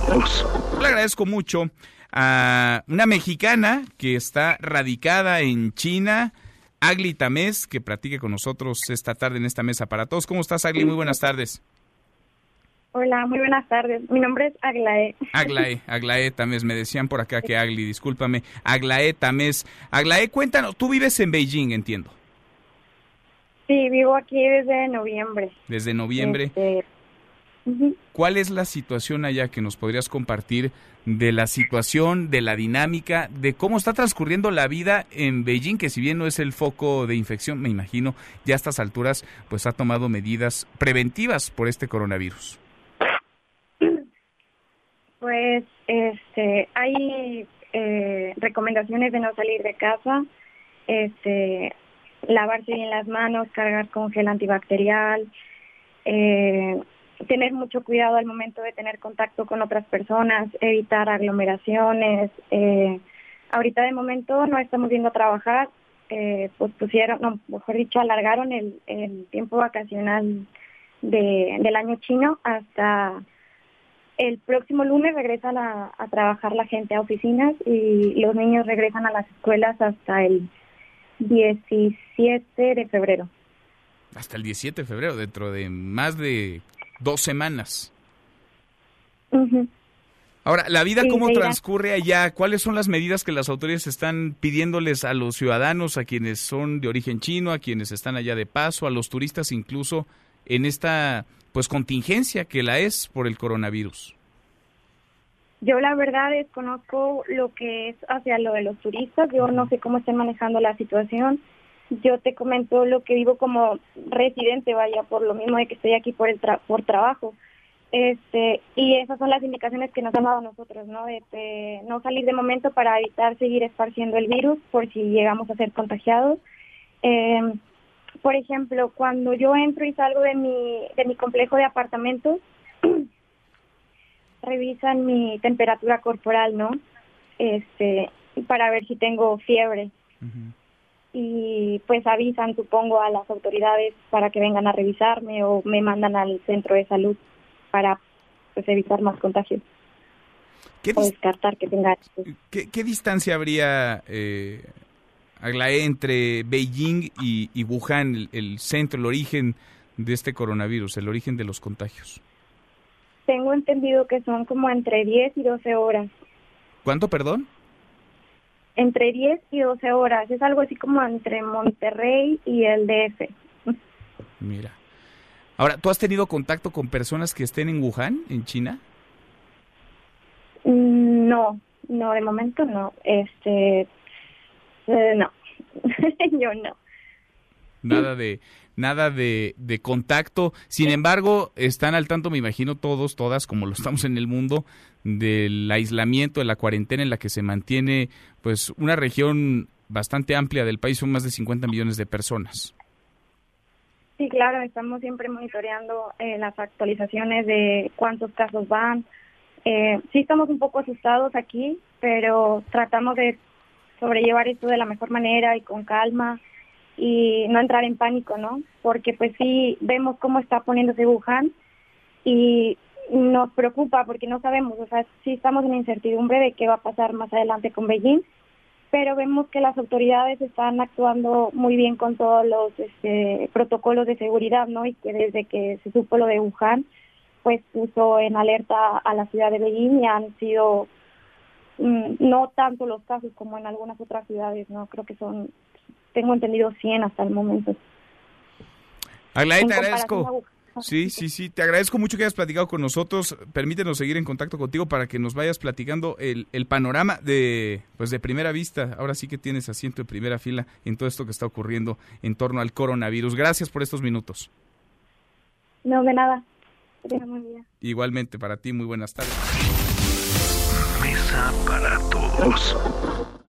todos. Le agradezco mucho a una mexicana que está radicada en China, Agli Tamés, que platique con nosotros esta tarde en esta mesa para todos. ¿Cómo estás, Agli? Muy buenas tardes. Hola, muy buenas tardes. Mi nombre es Aglaé. Aglaé Tamés, me decían por acá que Agli, discúlpame. Aglaé Tamés. Aglaé, cuéntanos, tú vives en Beijing, entiendo. Sí, vivo aquí desde noviembre. Desde noviembre. ¿Cuál es la situación allá que nos podrías compartir de la situación, de la dinámica, de cómo está transcurriendo la vida en Beijing, que si bien no es el foco de infección, me imagino, ya a estas alturas, pues ha tomado medidas preventivas por este coronavirus? Pues hay recomendaciones de no salir de casa, lavarse bien las manos, cargar con gel antibacterial, tener mucho cuidado al momento de tener contacto con otras personas, evitar aglomeraciones. Ahorita de momento no estamos yendo a trabajar, alargaron el tiempo vacacional del año chino hasta el próximo lunes. Regresan a trabajar la gente a oficinas y los niños regresan a las escuelas hasta el 17 de febrero. Hasta el 17 de febrero, dentro de más de 2 semanas. Uh-huh. Ahora, ¿la vida cómo transcurre allá? ¿Cuáles son las medidas que las autoridades están pidiéndoles a los ciudadanos, a quienes son de origen chino, a quienes están allá de paso, a los turistas incluso, en esta pues contingencia que la es por el coronavirus? Yo la verdad desconozco lo que es hacia lo de los turistas. Yo no sé cómo estén manejando la situación. Yo te comento lo que vivo como residente, vaya, por lo mismo de que estoy aquí por trabajo. Y esas son las indicaciones que nos han dado a nosotros, ¿no? De no salir de momento para evitar seguir esparciendo el virus por si llegamos a ser contagiados. Por ejemplo, cuando yo entro y salgo de mi complejo de apartamentos, revisan mi temperatura corporal, ¿no? Para ver si tengo fiebre. Uh-huh. Y pues avisan, supongo, a las autoridades para que vengan a revisarme o me mandan al centro de salud para pues evitar más contagios. O descartar que tenga. ¿Qué distancia habría, Aglaé, entre Beijing y Wuhan, el centro, el origen de este coronavirus, el origen de los contagios? Tengo entendido que son como entre 10 y 12 horas. ¿Cuánto, perdón? Entre 10 y 12 horas. Es algo así como entre Monterrey y el DF. Mira. Ahora, ¿tú has tenido contacto con personas que estén en Wuhan, en China? No, de momento no. No. Yo no. Nada de contacto. Sin embargo, están al tanto, me imagino todas, como lo estamos en el mundo, del aislamiento, de la cuarentena en la que se mantiene pues una región bastante amplia del país, son más de 50 millones de personas. Sí, claro, estamos siempre monitoreando las actualizaciones de cuántos casos van. Sí estamos un poco asustados aquí, pero tratamos de sobrellevar esto de la mejor manera y con calma y no entrar en pánico, ¿no? Porque pues sí vemos cómo está poniéndose Wuhan y nos preocupa porque no sabemos, o sea, sí estamos en incertidumbre de qué va a pasar más adelante con Beijing, pero vemos que las autoridades están actuando muy bien con todos los protocolos de seguridad, ¿no? Y que desde que se supo lo de Wuhan, pues puso en alerta a la ciudad de Beijing y han sido no tanto los casos como en algunas otras ciudades, ¿no? Creo que tengo entendido 100 hasta el momento. Aglaé, te agradezco. Sí, te agradezco mucho que hayas platicado con nosotros. Permítenos seguir en contacto contigo para que nos vayas platicando el panorama de primera vista. Ahora sí que tienes asiento de primera fila en todo esto que está ocurriendo en torno al coronavirus. Gracias por estos minutos. No, de nada. Que tengas buen día. Igualmente para ti, muy buenas tardes. Mesa para todos.